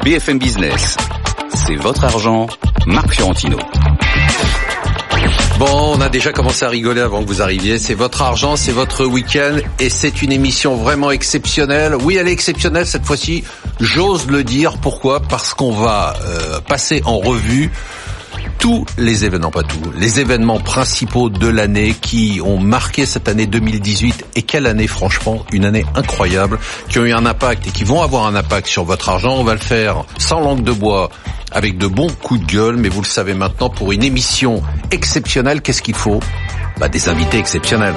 BFM Business. C'est votre argent, Marc Fiorentino. Bon, on a déjà commencé à rigoler avant que vous arriviez. C'est votre argent, c'est votre week-end et c'est une émission vraiment exceptionnelle. Oui, elle est exceptionnelle cette fois-ci. J'ose le dire. Pourquoi ? Parce qu'on va passer en revue tous les événements, pas tous, les événements principaux de l'année qui ont marqué cette année 2018. Et quelle année, franchement, une année incroyable, qui ont eu un impact et qui vont avoir un impact sur votre argent. On va le faire sans langue de bois, avec de bons coups de gueule, mais vous le savez maintenant, pour une émission exceptionnelle, qu'est-ce qu'il faut ? Des invités exceptionnels.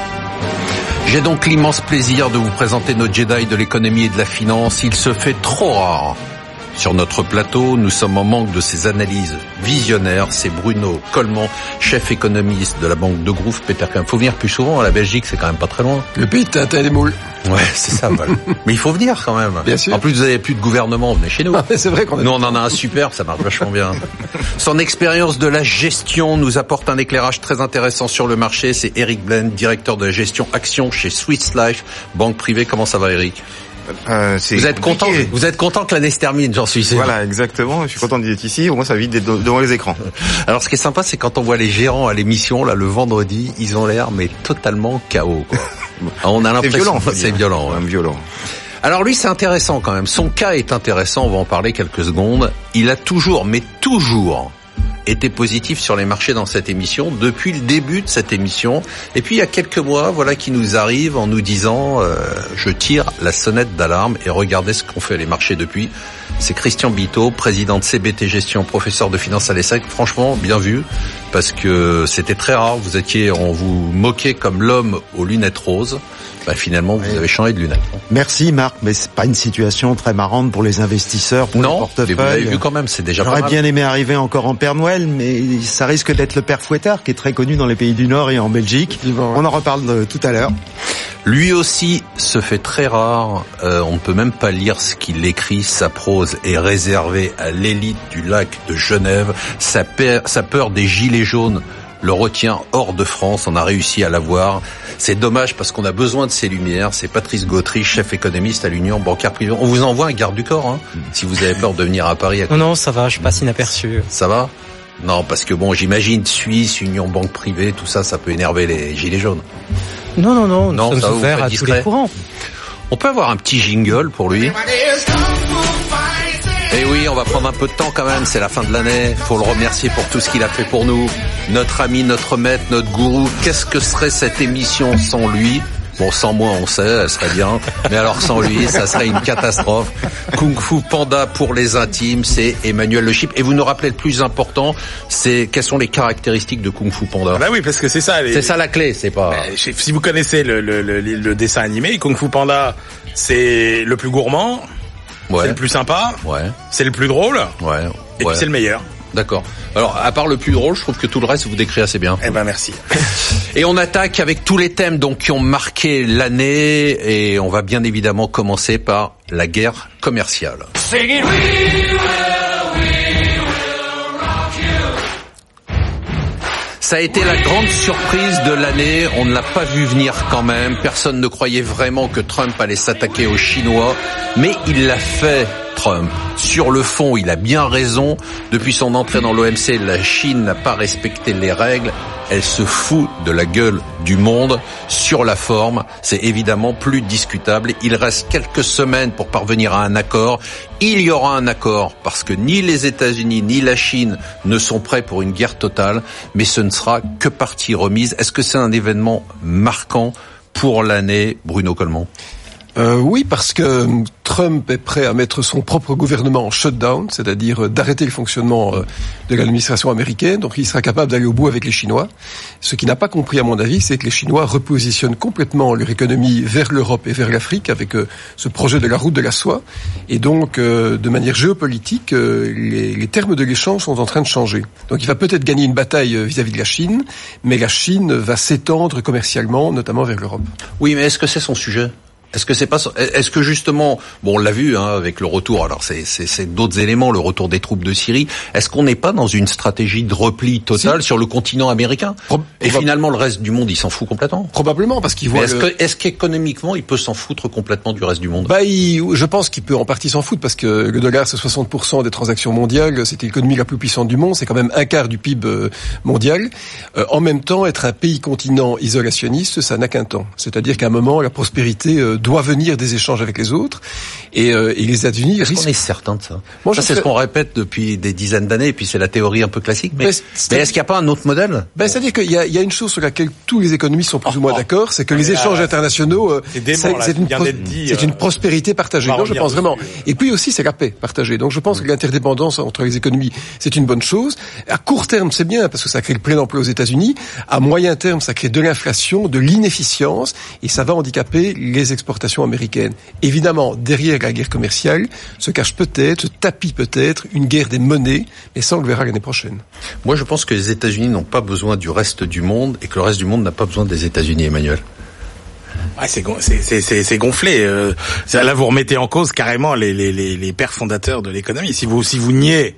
J'ai donc l'immense plaisir de vous présenter nos Jedi de l'économie et de la finance. Il se fait trop rare. Sur notre plateau, nous sommes en manque de ces analyses visionnaires. C'est Bruno Coleman, chef économiste de la banque de Groof Petercam. Faut venir plus souvent à la Belgique, c'est quand même pas très loin. Le pays de Tintin et les moules. Ouais, c'est ça, voilà. Mais il faut venir quand même. Bien sûr. En plus, vous avez plus de gouvernement, venez chez nous. Ah, c'est vrai qu'on a... Nous, on en a un super, ça marche vachement bien. Son expérience de la gestion nous apporte un éclairage très intéressant sur le marché. C'est Eric Blend, directeur de la gestion action chez Swiss Life, banque privée. Comment ça va, Eric ? Vous êtes content que l'année se termine, j'en suis sûr. Voilà, exactement. Je suis content d'être ici. Au moins, ça évite d'être devant les écrans. Alors, ce qui est sympa, c'est quand on voit les gérants à l'émission, là, le vendredi, ils ont l'air, mais totalement KO, quoi. On a l'impression que c'est violent. Ouais. Violent. Alors lui, c'est intéressant quand même. Son cas est intéressant. On va en parler quelques secondes. Il a toujours été positif sur les marchés dans cette émission, depuis le début de cette émission. Et puis il y a quelques mois, voilà, qui nous arrive en nous disant je tire la sonnette d'alarme et regardez ce qu'ont fait les marchés depuis. C'est Christian Biteau, président de CBT Gestion, professeur de finance à l'ESSEC. Franchement, bien vu, parce que c'était très rare. On vous moquait comme l'homme aux lunettes roses. Finalement, vous avez changé de lunettes. Merci Marc, mais c'est pas une situation très marrante pour les investisseurs, pour les portefeuilles. Non, vous l'avez vu quand même, c'est déjà pas mal. J'aurais bien aimé arriver encore en Père Noël, mais ça risque d'être le Père Fouettard, qui est très connu dans les pays du Nord et en Belgique. On en reparle tout à l'heure. Lui aussi se fait très rare. On ne peut même pas lire ce qu'il écrit. Sa prose est réservée à l'élite du lac de Genève. Sa peur des gilets jaunes le retient hors de France. On a réussi à l'avoir. C'est dommage parce qu'on a besoin de ces lumières. C'est Patrice Gautry, chef économiste à l'Union bancaire privée. On vous envoie un garde du corps, si vous avez peur de venir à Paris. Non, ça va, je passe inaperçu. Ça va ? Non, parce que j'imagine Suisse, Union banque privée, tout ça, ça peut énerver les gilets jaunes. Non, nous sommes ouverts à tous les courants. On peut avoir un petit jingle pour lui ? Et oui, on va prendre un peu de temps quand même, c'est la fin de l'année, faut le remercier pour tout ce qu'il a fait pour nous. Notre ami, notre maître, notre gourou, qu'est-ce que serait cette émission sans lui ? Bon, sans moi, on sait, elle serait bien, mais alors sans lui, ça serait une catastrophe. Kung Fu Panda pour les intimes, c'est Emmanuel Le Chip. Et vous nous rappelez le plus important, c'est quelles sont les caractéristiques de Kung Fu Panda ? Oui, parce que c'est ça. C'est ça la clé, c'est pas... Si vous connaissez le dessin animé, Kung Fu Panda, c'est le plus gourmand. Ouais. C'est le plus sympa. Ouais. C'est le plus drôle. Ouais. Et puis c'est le meilleur. D'accord. Alors, à part le plus drôle, je trouve que tout le reste, vous décrivez assez bien. Merci. Et on attaque avec tous les thèmes qui ont marqué l'année. Et on va bien évidemment commencer par la guerre commerciale. Ça a été la grande surprise de l'année. On ne l'a pas vu venir quand même. Personne ne croyait vraiment que Trump allait s'attaquer aux Chinois. Mais il l'a fait, Trump. Sur le fond, il a bien raison. Depuis son entrée dans l'OMC, la Chine n'a pas respecté les règles. Elle se fout de la gueule du monde. Sur la forme, c'est évidemment plus discutable. Il reste quelques semaines pour parvenir à un accord. Il y aura un accord parce que ni les États-Unis ni la Chine ne sont prêts pour une guerre totale. Mais ce ne sera que partie remise. Est-ce que c'est un événement marquant pour l'année, Bruno Coleman ? Oui, parce que Trump est prêt à mettre son propre gouvernement en shutdown, c'est-à-dire d'arrêter le fonctionnement de l'administration américaine. Donc il sera capable d'aller au bout avec les Chinois. Ce qu'il n'a pas compris, à mon avis, c'est que les Chinois repositionnent complètement leur économie vers l'Europe et vers l'Afrique avec ce projet de la route de la soie. Et donc, de manière géopolitique, les termes de l'échange sont en train de changer. Donc il va peut-être gagner une bataille vis-à-vis de la Chine, mais la Chine va s'étendre commercialement, notamment vers l'Europe. Oui, mais est-ce que c'est son sujet ? Est-ce que justement, bon, on l'a vu avec le retour, alors c'est d'autres éléments, le retour des troupes de Syrie, est-ce qu'on n'est pas dans une stratégie de repli total sur le continent américain et finalement le reste du monde il s'en fout complètement? Probablement, parce qu'il voit. Est-ce qu'économiquement il peut s'en foutre complètement du reste du monde? Je pense qu'il peut en partie s'en foutre, parce que le dollar c'est 60% des transactions mondiales, c'est l'économie la plus puissante du monde, c'est quand même un quart du PIB mondial. En même temps, être un pays continent isolationniste, ça n'a qu'un temps. C'est-à-dire qu'à un moment, la prospérité doit venir des échanges avec les autres, et les États-Unis risquent. On est certain de ça. C'est ce qu'on répète depuis des dizaines d'années, et puis c'est la théorie un peu classique. Mais est-ce qu'il n'y a pas un autre modèle? C'est-à-dire qu'il y a une chose sur laquelle tous les économistes sont plus ou moins d'accord, c'est que les échanges internationaux, c'est une prospérité partagée. Donc je pense vraiment. Et puis aussi c'est la paix partagée. Donc je pense que l'interdépendance entre les économies, c'est une bonne chose. À court terme, c'est bien parce que ça crée le plein emploi aux États-Unis. À moyen terme, ça crée de l'inflation, de l'inefficience, et ça va handicaper les exportations américaines. Évidemment, derrière la guerre commerciale se cache se tapit peut-être une guerre des monnaies, mais ça on le verra l'année prochaine. Moi je pense que les États-Unis n'ont pas besoin du reste du monde et que le reste du monde n'a pas besoin des États-Unis, Emmanuel. Ouais, c'est gonflé. Là vous remettez en cause carrément les pères fondateurs de l'économie. Si vous niez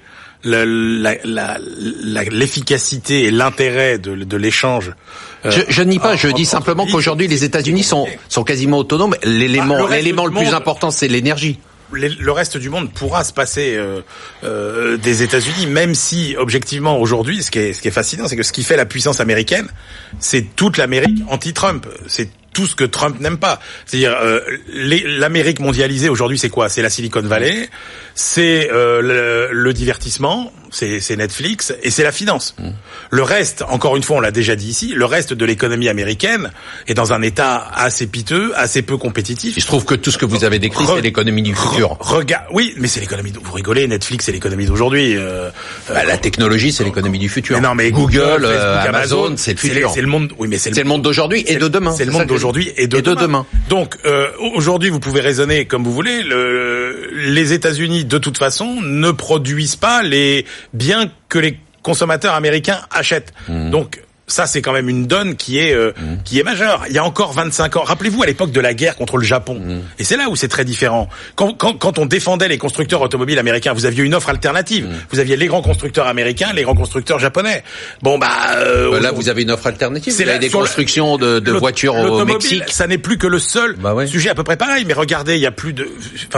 l'efficacité et l'intérêt de l'échange. Je nie pas, je dis simplement qu'aujourd'hui les États-Unis sont quasiment autonomes. L'élément le plus important, c'est l'énergie. Le reste du monde pourra se passer des États-Unis, même si objectivement aujourd'hui, ce qui est fascinant, c'est que ce qui fait la puissance américaine, c'est toute l'Amérique anti-Trump. C'est tout ce que Trump n'aime pas. C'est-à-dire l'Amérique mondialisée aujourd'hui, c'est quoi? C'est la Silicon Valley, c'est le divertissement, c'est Netflix et c'est la finance. Le reste, encore une fois, on l'a déjà dit ici, le reste de l'économie américaine est dans un état assez piteux, assez peu compétitif. Il se trouve que tout ce que vous avez décrit, c'est l'économie du futur. Oui, mais c'est l'économie. Vous rigolez, Netflix, c'est l'économie d'aujourd'hui. La technologie, c'est l'économie du futur. Mais non, mais Google, Facebook, Amazon, c'est le futur. C'est le monde. Oui, mais c'est le monde d'aujourd'hui et de demain. C'est le monde d'aujourd'hui et de demain. Donc aujourd'hui, vous pouvez raisonner comme vous voulez. Les États-Unis, de toute façon, ne produisent pas les biens que les consommateurs américains achètent. Donc ça, c'est quand même une donne qui est majeure. Il y a encore 25 ans. Rappelez-vous à l'époque de la guerre contre le Japon. Et c'est là où c'est très différent. Quand on défendait les constructeurs automobiles américains, vous aviez une offre alternative. Vous aviez les grands constructeurs américains, les grands constructeurs japonais. Là, vous avez une offre alternative. Vous avez des constructions de voitures au Mexique. Ça n'est plus que le seul sujet à peu près pareil. Mais regardez, il y a plus de,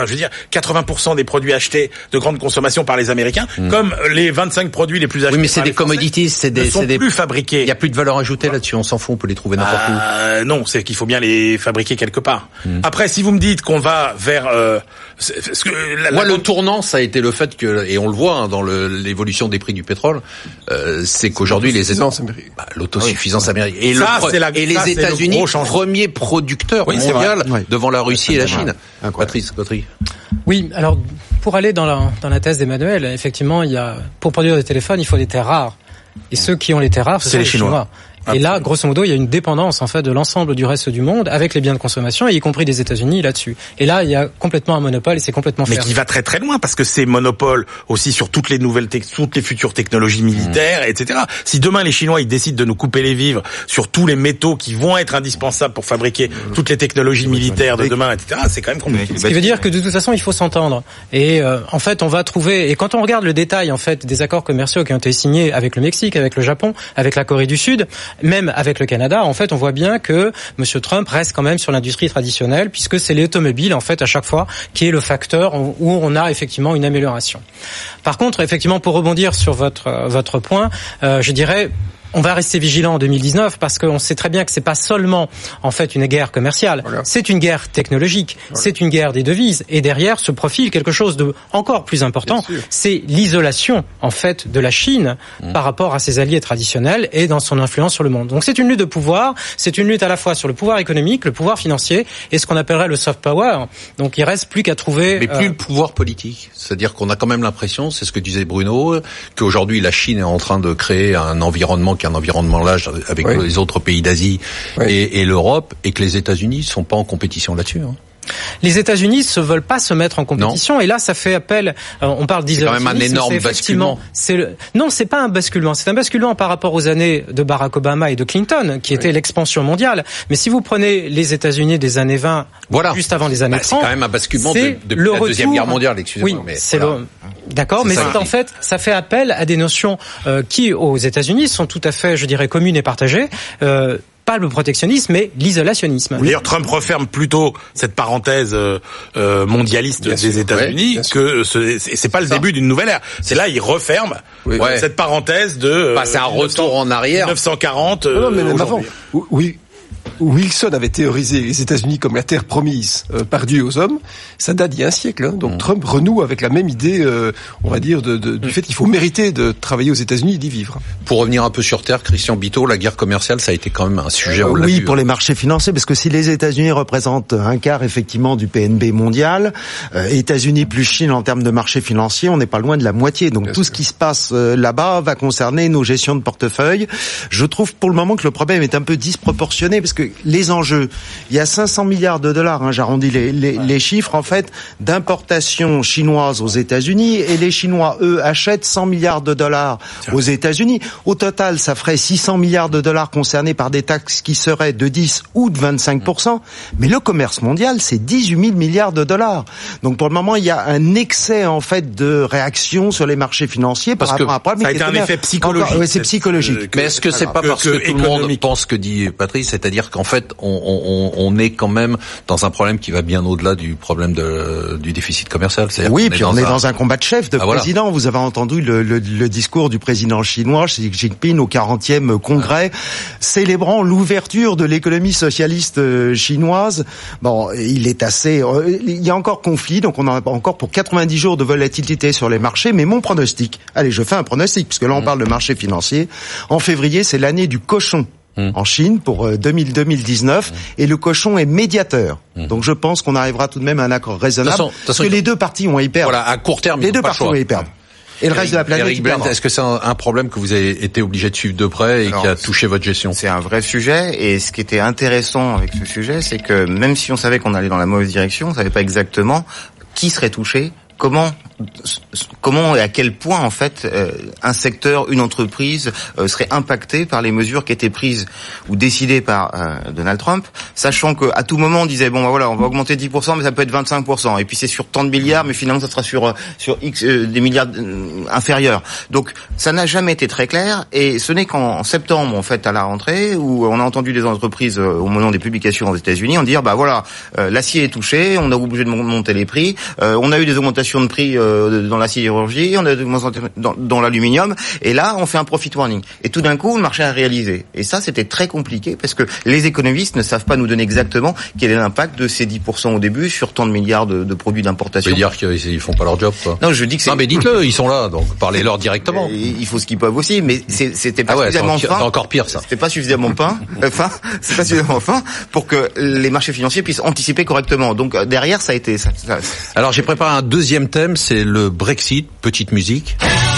80% des produits achetés de grande consommation par les Américains, comme les 25 produits les plus achetés. Oui, mais c'est des commodities, ne sont plus fabriqués. Il y a plus de valeur ajoutée là-dessus, on s'en fout, on peut les trouver n'importe où. Non, c'est qu'il faut bien les fabriquer quelque part. Après, si vous me dites qu'on va vers... Moi, le tournant, ça a été le fait que, et on le voit dans l'évolution des prix du pétrole, c'est qu'aujourd'hui l'autosuffisance américaine. Et les États-Unis, premier producteur mondial devant la Russie et la Chine. Patrice Gautry. Oui, alors pour aller dans la thèse d'Emmanuel, effectivement, pour produire des téléphones, il faut des terres rares. Et ceux qui ont les terres rares, ce sont les Chinois. Et là, grosso modo, il y a une dépendance en fait de l'ensemble du reste du monde avec les biens de consommation, y compris des États-Unis là-dessus. Et là, il y a complètement un monopole et c'est complètement fermé. Mais qui va très très loin parce que c'est monopole aussi sur toutes les futures technologies militaires, etc. Si demain les Chinois ils décident de nous couper les vivres sur tous les métaux qui vont être indispensables pour fabriquer toutes les technologies militaires de demain, etc. C'est quand même compliqué. Ce qui veut dire que de toute façon, il faut s'entendre. Et en fait, on va trouver. Et quand on regarde le détail en fait des accords commerciaux qui ont été signés avec le Mexique, avec le Japon, avec la Corée du Sud, même avec le Canada, en fait, on voit bien que M. Trump reste quand même sur l'industrie traditionnelle, puisque c'est l'automobile, en fait, à chaque fois, qui est le facteur où on a effectivement une amélioration. Par contre, effectivement, pour rebondir sur votre point, je dirais... On va rester vigilant en 2019 parce qu'on sait très bien que c'est pas seulement en fait une guerre commerciale, c'est une guerre technologique, c'est une guerre des devises et derrière se profile quelque chose de encore plus important, c'est l'isolation en fait de la Chine par rapport à ses alliés traditionnels et dans son influence sur le monde. Donc c'est une lutte de pouvoir, c'est une lutte à la fois sur le pouvoir économique, le pouvoir financier et ce qu'on appellerait le soft power. Donc il reste plus qu'à trouver mais plus le pouvoir politique, c'est-à-dire qu'on a quand même l'impression, c'est ce que disait Bruno, qu'aujourd'hui la Chine est en train de créer un environnement qui est un environnement large avec les autres pays d'Asie et l'Europe, et que les États-Unis sont pas en compétition là-dessus. Les États-Unis se veulent pas se mettre en compétition, et là, ça fait appel. On parle d'isolation. C'est quand même un énorme basculement. Non, c'est pas un basculement. C'est un basculement par rapport aux années de Barack Obama et de Clinton, qui était l'expansion mondiale. Mais si vous prenez les États-Unis des années 20, juste avant les années 30, c'est quand même un basculement depuis la Deuxième Guerre mondiale. Excusez-moi. Oui, mais c'est d'accord, mais en fait, ça fait appel à des notions qui, aux États-Unis, sont tout à fait, je dirais, communes et partagées. Pas le protectionnisme, mais l'isolationnisme. D'ailleurs, Trump referme plutôt cette parenthèse mondialiste des États-Unis que c'est pas le début d'une nouvelle ère. C'est là, il referme cette parenthèse de. C'est un retour en arrière. 1940. Non, mais même avant. Oui. Wilson avait théorisé les États-Unis comme la terre promise par Dieu aux hommes. Ça date d'il y a un siècle. Hein. Donc Trump renoue avec la même idée, on va dire, du fait qu'il faut mériter de travailler aux États-Unis et d'y vivre. Pour revenir un peu sur terre, Christian Bitteau, la guerre commerciale, ça a été quand même un sujet. Oui, pour les marchés financiers, parce que si les États-Unis représentent un quart effectivement du PNB mondial, États-Unis plus Chine en termes de marché financier, on n'est pas loin de la moitié. Donc tout ce qui se passe là-bas va concerner nos gestions de portefeuille. Je trouve pour le moment que le problème est un peu disproportionné, parce que les enjeux, il y a 500 milliards de dollars, j'arrondis les chiffres, en fait, d'importation chinoise aux États-Unis, et les Chinois, eux, achètent 100 milliards de dollars aux États-Unis. Au total, ça ferait 600 milliards de dollars concernés par des taxes qui seraient de 10 ou de 25%. Mais le commerce mondial, c'est 18 000 milliards de dollars. Donc pour le moment, il y a un excès, en fait, de réaction sur les marchés financiers par rapport à un problème. Ça a été un effet psychologique. Oui, c'est psychologique. Mais est-ce que c'est pas parce que tout le monde pense que dit Patrice, c'est-à-dire qu'en fait, on est quand même dans un problème qui va bien au-delà du problème du déficit commercial. Oui, puis on est dans un combat de chef, de président. Voilà. Vous avez entendu le discours du président chinois, Xi Jinping, au 40e congrès, célébrant l'ouverture de l'économie socialiste chinoise. Bon, il y a encore conflit, donc on a encore pour 90 jours de volatilité sur les marchés, mais mon pronostic, allez, je fais un pronostic, puisque là on parle de marché financier, en février, c'est l'année du cochon. En Chine pour 2019 et le cochon est médiateur. Donc je pense qu'on arrivera tout de même à un accord raisonnable parce que les deux parties ont y perdre. Voilà, à court terme, les deux parties ont y perdre. Et le reste de la planète, Eric Blend, est-ce que c'est un problème que vous avez été obligé de suivre de près et qui a touché votre gestion? C'est un vrai sujet, et ce qui était intéressant avec ce sujet, c'est que même si on savait qu'on allait dans la mauvaise direction, on savait pas exactement qui serait touché, comment et à quel point en fait un secteur, une entreprise serait impacté par les mesures qui étaient prises ou décidées par Donald Trump, sachant que à tout moment on disait bon voilà, on va augmenter 10% mais ça peut être 25%, et puis c'est sur tant de milliards mais finalement ça sera sur X des milliards inférieurs. Donc ça n'a jamais été très clair, et ce n'est qu'en septembre en fait à la rentrée où on a entendu des entreprises au moment des publications aux États-Unis on dire bah voilà, l'acier est touché, on a obligé de monter les prix, on a eu des augmentations de prix dans la sidérurgie, on a dans l'aluminium, et là on fait un profit warning. Et tout d'un coup le marché a réalisé. Et ça c'était très compliqué parce que les économistes ne savent pas nous donner exactement quel est l'impact de ces 10% au début sur tant de milliards de produits d'importation. Vous voulez dire qu'ils font pas leur job, quoi? Non, je dis que c'est... Non mais dites-le, ils sont là, donc parlez-leur directement. Il faut ce qu'ils peuvent aussi, mais c'était pas suffisamment fin. C'est encore pire ça. C'était pas suffisamment c'est pas suffisamment fin pour que les marchés financiers puissent anticiper correctement. Donc derrière ça a été ça. Alors j'ai préparé un deuxième thème, c'est le Brexit, petite musique.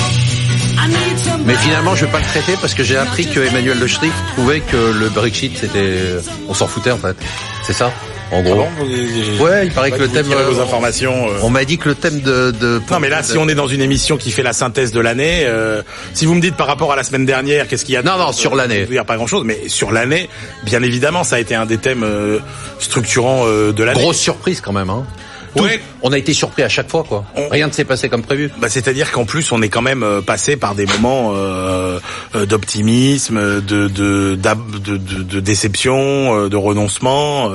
Mais finalement, je vais pas le traiter parce que j'ai appris que Emmanuel Le Stric trouvait que le Brexit, on s'en foutait en fait. C'est ça, en gros. Ouais, il paraît que le thème. Vos informations. On m'a dit que le thème Non, mais là, si on est dans une émission qui fait la synthèse de l'année, si vous me dites par rapport à la semaine dernière, qu'est-ce qu'il y a? Non, sur l'année. Je veux dire pas grand-chose, mais sur l'année, bien évidemment, ça a été un des thèmes structurants de l'année. Grosse surprise quand même, hein. Ouais. On a été surpris à chaque fois, quoi. Rien ne s'est passé comme prévu. Bah, c'est-à-dire qu'en plus, on est quand même passé par des moments d'optimisme, de déception, de renoncement,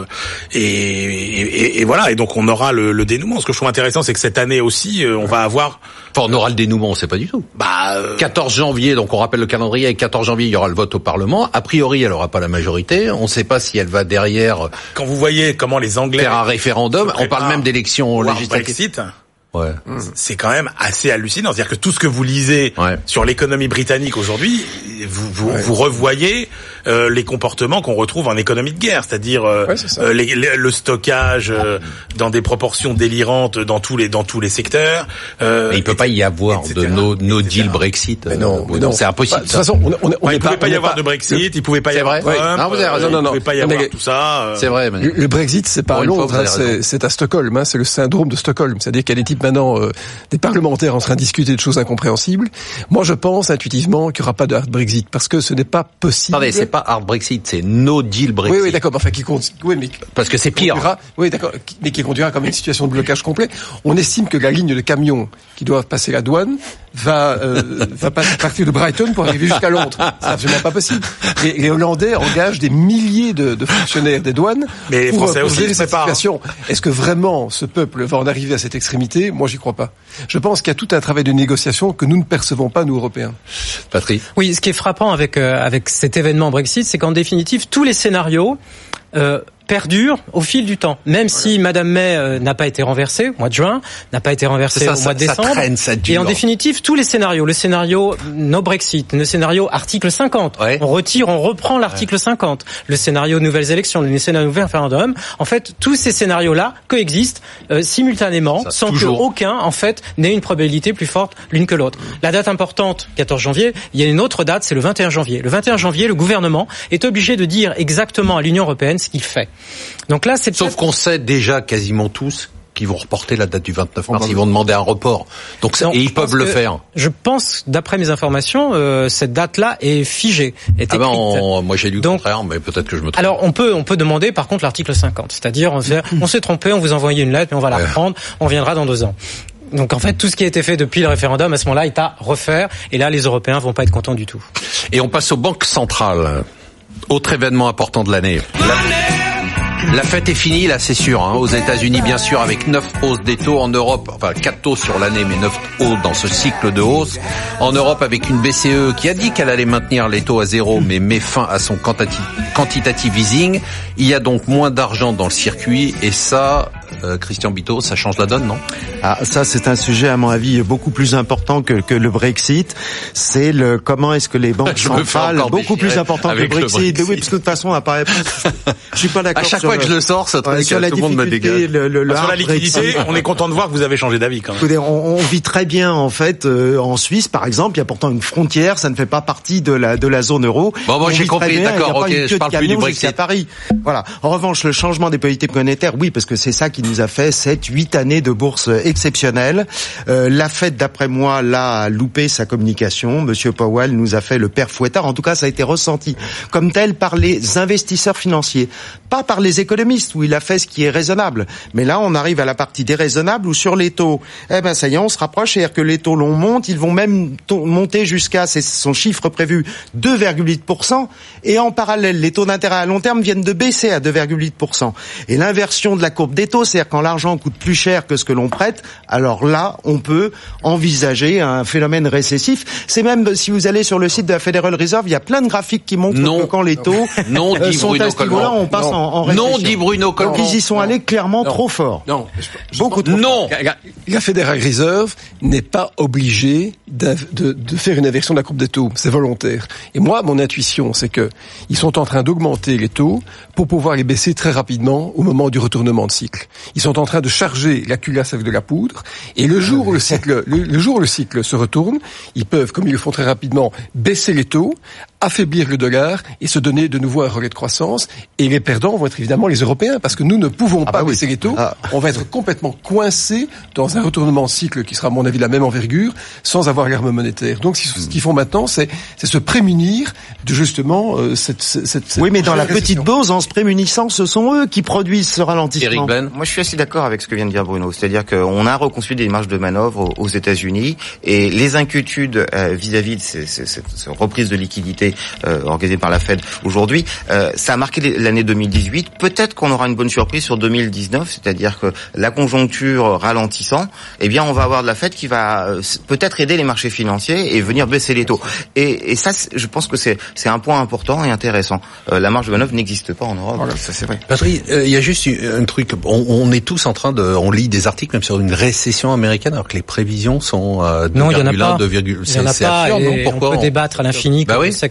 et voilà. Et donc, on aura le dénouement. Ce que je trouve intéressant, c'est que cette année aussi, on va avoir. Enfin, on aura le dénouement, on sait pas du tout. 14 janvier, donc on rappelle le calendrier. 14 janvier, il y aura le vote au Parlement. A priori, elle aura pas la majorité. On sait pas si elle va derrière. Quand vous voyez comment les Anglais faire un référendum, on parle même d'élections législatives. Ouais. C'est quand même assez hallucinant. C'est-à-dire que tout ce que vous lisez sur l'économie britannique aujourd'hui, vous revoyez les comportements qu'on retrouve en économie de guerre, c'est-à-dire le stockage dans des proportions délirantes dans tous les secteurs. Mais il peut pas y avoir de no deal Brexit. Mais non, c'est impossible. De toute façon, il pouvait pas y avoir de Brexit, il pouvait pas y avoir Trump, non, vous avez raison, il pouvait pas y avoir tout ça. C'est vrai. Le Brexit, c'est pas à Londres, c'est à Stockholm. Hein, c'est le syndrome de Stockholm. C'est-à-dire qu'il y a des types maintenant, des parlementaires en train de discuter de choses incompréhensibles. Moi, je pense intuitivement qu'il n'y aura pas de hard Brexit parce que ce n'est pas possible. Attendez, c'est pas hard Brexit, c'est no deal Brexit. Oui, d'accord. Enfin, mais parce que c'est pire. Oui, d'accord. Mais qui conduira comme une situation de blocage complet. On estime que la ligne de camions qui doivent passer la douane va partir de Brighton pour arriver jusqu'à Londres. C'est absolument pas possible. Les Hollandais engagent des milliers de fonctionnaires des douanes pour gérer cette situation. Est-ce que vraiment ce peuple va en arriver à cette extrémité? Moi, j'y crois pas. Je pense qu'il y a tout un travail de négociation que nous ne percevons pas, nous, Européens. Patrick? Oui, ce qui est frappant avec cet événement Brexit, c'est qu'en définitive, tous les scénarios perdure au fil du temps. Même si Madame May n'a pas été renversée au mois de juin, n'a pas été renversée au mois de décembre. Ça traîne, ça dure. Et en définitive, tous les scénarios, le scénario no Brexit, le scénario article 50, on reprend l'article 50, le scénario nouvelles élections, le scénario nouvel référendum, en fait, tous ces scénarios-là coexistent simultanément sans que aucun, en fait, n'ait une probabilité plus forte l'une que l'autre. La date importante, 14 janvier, il y a une autre date, c'est le 21 janvier. Le 21 janvier, le gouvernement est obligé de dire exactement à l'Union européenne ce qu'il fait. Donc là, sauf qu'on sait déjà quasiment tous qu'ils vont reporter la date du 29 mars, ils vont demander un report. Donc et ils peuvent le faire. Je pense, d'après mes informations, cette date-là est figée, est écrite. Moi j'ai lu le contraire, mais peut-être que je me trompe. Alors on peut demander par contre l'article 50, c'est-à-dire on s'est trompé, on vous envoie une lettre, mais on va la reprendre, on viendra dans 2 ans. Donc en fait, tout ce qui a été fait depuis le référendum, à ce moment-là, est à refaire. Et là, les Européens vont pas être contents du tout. Et on passe aux banques centrales. Autre événement important de l'année. La fête est finie, là, c'est sûr. Aux États-Unis, bien sûr, avec 9 hausses des taux. En Europe, enfin 4 taux sur l'année, mais 9 hausses dans ce cycle de hausse. En Europe, avec une BCE qui a dit qu'elle allait maintenir les taux à 0, mais met fin à son quantitative easing. Il y a donc moins d'argent dans le circuit, et ça, Christian Bito, ça change la donne, non? Ça, c'est un sujet, à mon avis, beaucoup plus important que le Brexit. C'est comment est-ce que les banques centrales, beaucoup plus important que le Brexit. Oui, parce que de toute façon, apparaît pas. Je suis pas d'accord. À chaque fois que je le sors, ça truc, sur la tout le monde me dégage. Sur la liquidité, on est content de voir que vous avez changé d'avis quand même. On vit très bien en fait en Suisse, par exemple. Il y a pourtant une frontière, ça ne fait pas partie de la zone euro. Bon, j'ai compris, d'accord. Ok, je parle plus du Brexit. À Paris. Voilà. En revanche, le changement des politiques monétaires, oui, parce que c'est ça qui nous a fait 7-8 années de bourse exceptionnelle. La Fed, d'après moi, là, a loupé sa communication. Monsieur Powell nous a fait le père Fouettard. En tout cas, ça a été ressenti comme tel par les investisseurs financiers, pas par les économistes où il a fait ce qui est raisonnable. Mais là, on arrive à la partie déraisonnable où sur les taux, ça y est, on se rapproche. C'est-à-dire que les taux l'on monte, ils vont même monter jusqu'à son chiffre prévu 2,8%. Et en parallèle, les taux d'intérêt à long terme viennent de baisser à 2,8%. Et l'inversion de la courbe des taux, c'est-à-dire quand l'argent coûte plus cher que ce que l'on prête, alors là, on peut envisager un phénomène récessif. C'est même, si vous allez sur le site de la Federal Reserve, il y a plein de graphiques qui montrent que quand les taux sont à ce niveau-là, on passe en récession. Non, dit Bruno Coleman. Donc ils y sont allés clairement trop fort. Non. Beaucoup trop fort. La Federal Reserve n'est pas obligée de faire une inversion de la courbe des taux. C'est volontaire. Et moi, mon intuition, c'est que ils sont en train d'augmenter les taux pour pouvoir les baisser très rapidement au moment du retournement de cycle. Ils sont en train de charger la culasse avec de la poudre. Et le jour où le cycle se retourne, ils peuvent, comme ils le font très rapidement, baisser les taux, affaiblir le dollar et se donner de nouveau un relais de croissance. Et les perdants vont être évidemment les Européens, parce que nous ne pouvons pas baisser les taux. On va être complètement coincés dans un retournement de cycle qui sera, à mon avis, de la même envergure, sans avoir l'arme monétaire. Donc, ce qu'ils font maintenant, c'est se prémunir de justement cette oui, mais dans la petite pause, en se prémunissant, ce sont eux qui produisent ce ralentissement. Moi, je suis assez d'accord avec ce que vient de dire Bruno. C'est-à-dire qu'on a reconstruit des marges de manœuvre aux États-Unis, et les inquiétudes vis-à-vis de cette reprise de liquidité organisée par la Fed aujourd'hui, ça a marqué l'année 2018. Peut-être qu'on aura une bonne surprise sur 2019, c'est-à-dire que la conjoncture ralentissant, eh bien, on va avoir de la Fed qui va peut-être aider les marchés financiers et venir baisser les taux. Et ça, je pense que c'est un point important et intéressant. La marge de manœuvre n'existe pas en Europe. Voilà, ça c'est vrai. Patrick, il y a juste un truc. On est tous en train on lit des articles même sur une récession américaine, alors que les prévisions sont 2,1, 2,5. Non, il y en a pas. Il y en a pas. Pourquoi on peut débattre à l'infini. Oui. C'est que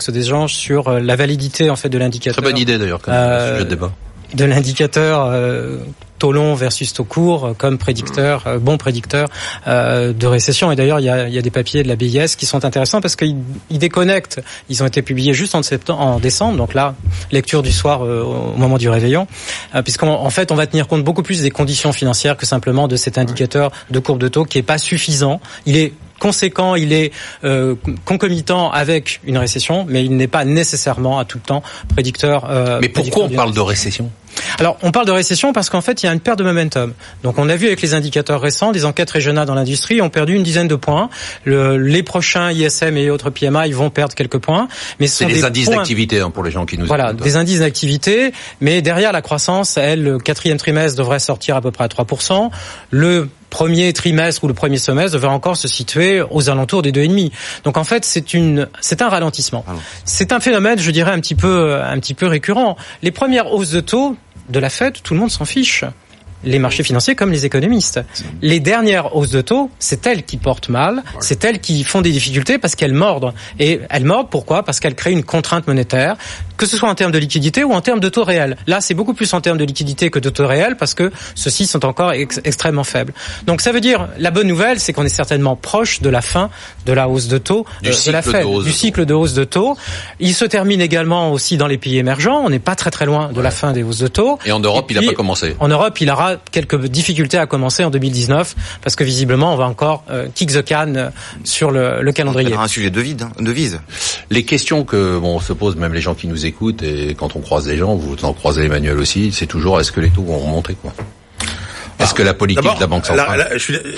réflexe des gens sur la validité en fait de l'indicateur. Très bonne idée d'ailleurs comme sujet de débat. De l'indicateur taux long versus taux court comme prédicteur, bon prédicteur de récession. Et d'ailleurs, il y a des papiers de la BIS qui sont intéressants parce qu'ils déconnectent. Ils ont été publiés juste en décembre, donc là, lecture du soir au moment du réveillon, puisqu'en fait, on va tenir compte beaucoup plus des conditions financières que simplement de cet indicateur de courbe de taux qui est pas suffisant. Il est conséquent, il est concomitant avec une récession, mais il n'est pas nécessairement à tout le temps prédicteur. Mais pourquoi on parle de récession ? Alors, on parle de récession parce qu'en fait, il y a une perte de momentum. Donc, on a vu avec les indicateurs récents, des enquêtes régionales dans l'industrie ont perdu une dizaine de points. Les prochains ISM et autres PMI vont perdre quelques points. Mais c'est des indices d'activité pour les gens qui nous écoutent. Voilà, des indices d'activité. Mais derrière la croissance, le quatrième trimestre devrait sortir à peu près à 3%. Le premier trimestre ou le premier semestre devrait encore se situer aux alentours des 2,5. Donc en fait, c'est un ralentissement. C'est un phénomène, je dirais, un petit peu récurrent. Les premières hausses de taux de la Fed, tout le monde s'en fiche. Les marchés financiers comme les économistes. Les dernières hausses de taux, c'est elles qui portent mal, c'est elles qui font des difficultés parce qu'elles mordent. Et elles mordent pourquoi ? Parce qu'elles créent une contrainte monétaire, que ce soit en termes de liquidité ou en termes de taux réel. Là, c'est beaucoup plus en termes de liquidité que de taux réel parce que ceux-ci sont encore extrêmement faibles. Donc ça veut dire, la bonne nouvelle, c'est qu'on est certainement proche de la fin de la hausse de taux de la Fed, du cycle de hausse de taux. Il se termine également aussi dans les pays émergents. On n'est pas très très loin de la fin des hausses de taux. Et en Europe, il n'a pas commencé. En Europe, il aura quelques difficultés à commencer en 2019 parce que visiblement on va encore kick the can sur le calendrier. C'est un sujet de vise. Les questions que se posent même les gens qui nous écoutent et quand on croise les gens, vous en croisez Emmanuel aussi, c'est toujours est-ce que les taux vont remonter quoi ? Est-ce que la politique de la Banque centrale...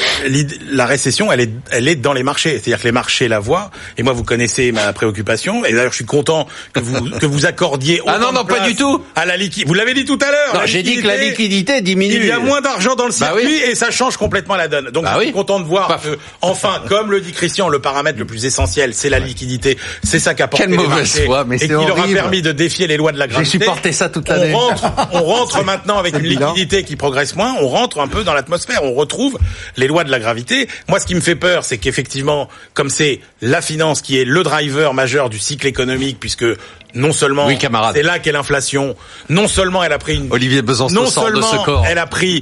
La récession, elle est dans les marchés. C'est-à-dire que les marchés la voient. Et moi, vous connaissez ma préoccupation. Et d'ailleurs, je suis content que vous accordiez autant non, pas du tout. À la liquidité. Vous l'avez dit tout à l'heure. Non, j'ai dit que la liquidité diminue. Il y a moins d'argent dans le circuit et ça change complètement la donne. Donc, je suis content de voir que, enfin, comme le dit Christian, le paramètre le plus essentiel, c'est la liquidité. C'est ça qu'apporte les marchés. Mais et qui leur a permis de défier les lois de la gravité. J'ai supporté ça toute l'année. On rentre maintenant avec une liquidité qui progresse moins. On rentre un peu dans l'atmosphère, on retrouve les lois de la gravité. Moi, ce qui me fait peur, c'est qu'effectivement, comme c'est la finance qui est le driver majeur du cycle économique, puisque non seulement c'est là qu'est l'inflation, non seulement elle a pris Olivier Besançon sort de ce corps. Elle a pris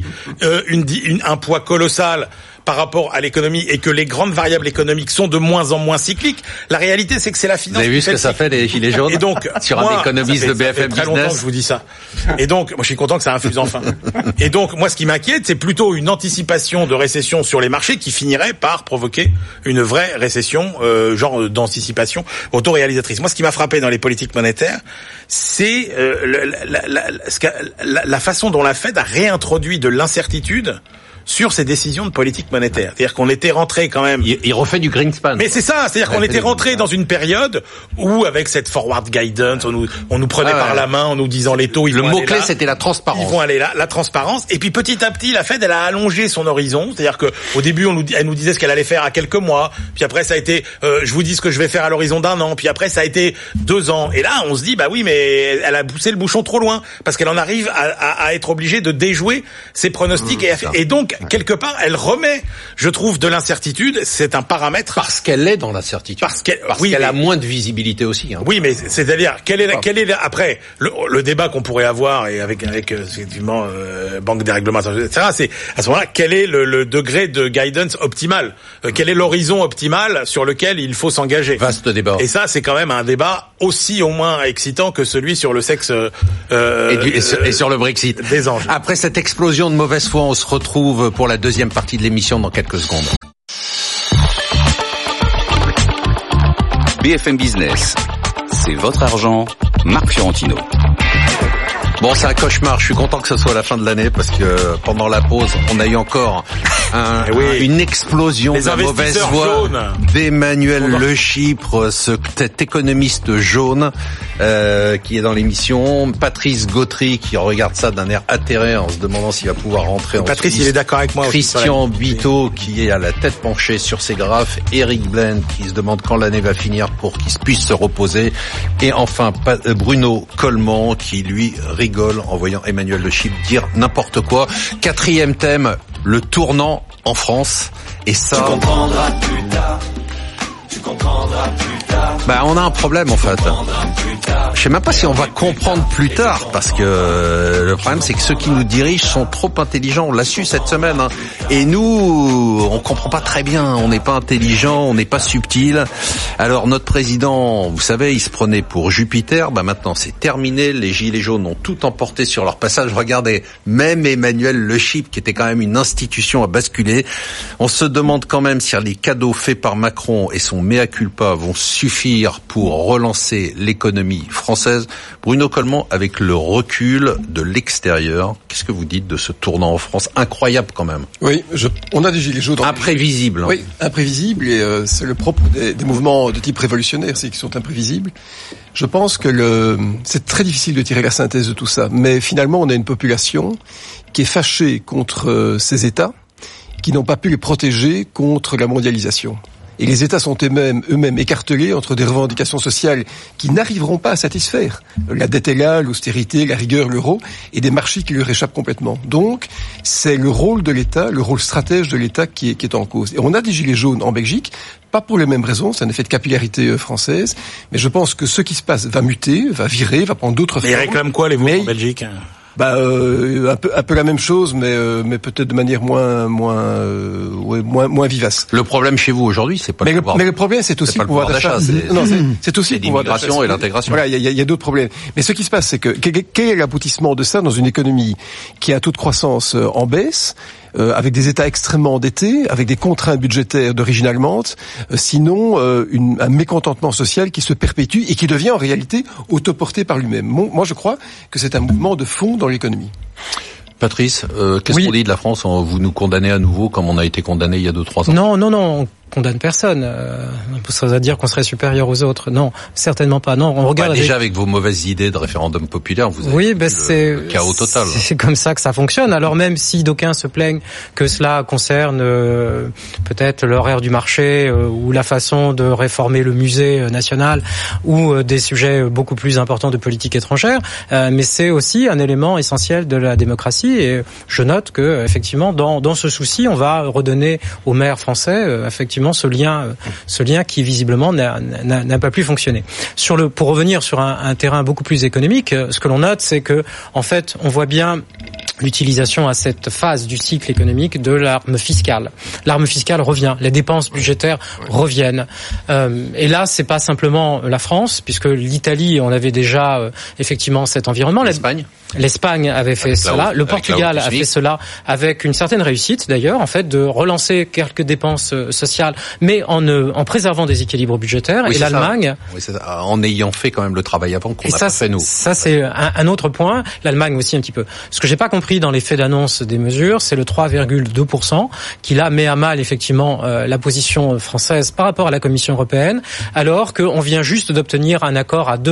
un poids colossal par rapport à l'économie et que les grandes variables économiques sont de moins en moins cycliques. La réalité, c'est que c'est la finance. Vous avez vu ce que ça fait les gilets jaunes? Et donc, sur un économiste de BFM Business. Ça fait très longtemps que je vous dis ça. Et donc, moi, je suis content que ça infuse enfin. Et donc, moi, ce qui m'inquiète, c'est plutôt une anticipation de récession sur les marchés qui finirait par provoquer une vraie récession, genre d'anticipation autoréalisatrice. Moi, ce qui m'a frappé dans les politiques monétaires, c'est la façon dont la Fed a réintroduit de l'incertitude sur ces décisions de politique monétaire. C'est-à-dire qu'on était rentré quand même... Il refait du Greenspan. Mais c'est ça, c'est-à-dire qu'on était rentré dans une période où, avec cette forward guidance, on nous prenait par la main en nous disant les taux, le mot-clé, c'était la transparence. Ils vont aller là, la transparence. Et puis petit à petit, la Fed, elle a allongé son horizon. C'est-à-dire que au début, elle nous disait ce qu'elle allait faire à quelques mois. Puis après, ça a été, je vous dis ce que je vais faire à l'horizon d'un an. Puis après, ça a été 2 ans. Et là, on se dit, bah oui, mais elle a poussé le bouchon trop loin. Parce qu'elle en arrive à être obligée de déjouer ses pronostics. Et donc, quelque part, elle remet, je trouve, de l'incertitude. C'est un paramètre. Parce qu'elle est dans l'incertitude. Parce qu'elle a moins de visibilité aussi. Hein. Oui, mais c'est-à-dire, quelle est après le débat qu'on pourrait avoir et avec effectivement banque des règlements, etc. C'est à ce moment-là, quel est le degré de guidance optimal, quel est l'horizon optimal sur lequel il faut s'engager. Vaste débat. Et ça, c'est quand même un débat aussi au moins excitant que celui sur le sexe et sur le Brexit. Des anges. Après cette explosion de mauvaise foi, on se retrouve pour la deuxième partie de l'émission dans quelques secondes. BFM Business, c'est votre argent, Marc Fiorentino. Bon, c'est un cauchemar. Je suis content que ce soit la fin de l'année parce que pendant la pause, on a eu encore une explosion de mauvaise foi d'Emmanuel Le Chypre, cet économiste jaune qui est dans l'émission. Patrice Gautry qui regarde ça d'un air atterré en se demandant s'il va pouvoir rentrer en Patrice, Suisse. Il est d'accord avec moi. Christian Buiteau qui est à la tête penchée sur ses graphes. Eric Blend qui se demande quand l'année va finir pour qu'il puisse se reposer. Et enfin Bruno Coleman qui lui rigole en voyant Emmanuel Le Chypre dire n'importe quoi. 4e thème, le tournant en France. Et ça, tu comprendras plus tard. On a un problème en fait. Je sais même pas si on va comprendre plus tard, parce que le problème c'est que ceux qui nous dirigent sont trop intelligents. On l'a su cette semaine, hein. Et nous, on comprend pas très bien. On n'est pas intelligent, on n'est pas subtil. Alors notre président, vous savez, il se prenait pour Jupiter. Maintenant c'est terminé. Les gilets jaunes ont tout emporté sur leur passage. Regardez, même Emmanuel Le Chypre, qui était quand même une institution, a basculé. On se demande quand même si les cadeaux faits par Macron et son mea culpa vont suffire pour relancer l'économie française. Bruno Coleman, avec le recul de l'extérieur, qu'est-ce que vous dites de ce tournant en France? Incroyable quand même. Oui, on a des gilets jaunes. Imprévisible. Oui, imprévisible, et c'est le propre des mouvements de type révolutionnaire, c'est qu'ils sont imprévisibles. Je pense que c'est très difficile de tirer la synthèse de tout ça, mais finalement on a une population qui est fâchée contre ces États qui n'ont pas pu les protéger contre la mondialisation. Et les États sont eux-mêmes écartelés entre des revendications sociales qui n'arriveront pas à satisfaire. La dette est là, l'austérité, la rigueur, l'euro, et des marchés qui leur échappent complètement. Donc, c'est le rôle de l'État, le rôle stratège de l'État qui est en cause. Et on a des gilets jaunes en Belgique, pas pour les mêmes raisons, c'est un effet de capillarité française, mais je pense que ce qui se passe va muter, va virer, va prendre d'autres formes. Et ils réclament quoi, les Verts en Belgique? Un peu la même chose, mais peut-être de manière moins vivace. Le problème chez vous aujourd'hui, c'est pas le pouvoir. Mais le problème, c'est aussi le pouvoir d'achat. C'est aussi l'immigration et l'intégration. Voilà, il y a d'autres problèmes. Mais ce qui se passe, c'est que quel est l'aboutissement de ça dans une économie qui a un taux de croissance en baisse, avec des États extrêmement endettés, avec des contraintes budgétaires d'origine allemande, sinon un mécontentement social qui se perpétue et qui devient en réalité autoporté par lui-même. Moi, je crois que c'est un mouvement de fond dans l'économie. Patrice, qu'est-ce qu'on dit de la France? Vous nous condamnez à nouveau comme on a été condamné il y a 2-3 ans? Non. On condamne personne. On peut dire qu'on serait supérieur aux autres. Non, certainement pas. Non, on regarde déjà avec vos mauvaises idées de référendum populaire, vous avez le chaos total. C'est comme ça que ça fonctionne. Alors même si d'aucuns se plaignent que cela concerne peut-être l'horaire du marché ou la façon de réformer le musée national ou des sujets beaucoup plus importants de politique étrangère, mais c'est aussi un élément essentiel de la démocratie. Et je note que effectivement dans ce souci, on va redonner aux maires français effectivement ce lien qui visiblement n'a pas pu fonctionner. Pour revenir sur un terrain beaucoup plus économique, ce que l'on note, c'est que en fait, on voit bien l'utilisation à cette phase du cycle économique de l'arme fiscale. L'arme fiscale revient, les dépenses budgétaires reviennent. Et là, c'est pas simplement la France, puisque l'Italie, on avait déjà effectivement cet environnement. L'Espagne avait fait cela. Le Portugal a fait cela avec une certaine réussite, d'ailleurs, en fait, de relancer quelques dépenses sociales, mais en préservant des équilibres budgétaires. Oui, et l'Allemagne, en ayant fait quand même le travail avant qu'on n'a pas fait nous. Ça, c'est un autre point. L'Allemagne aussi un petit peu. Ce que j'ai pas compris dans les faits d'annonce des mesures, c'est le 3,2% qui là met à mal effectivement la position française par rapport à la Commission européenne, alors qu'on vient juste d'obtenir un accord à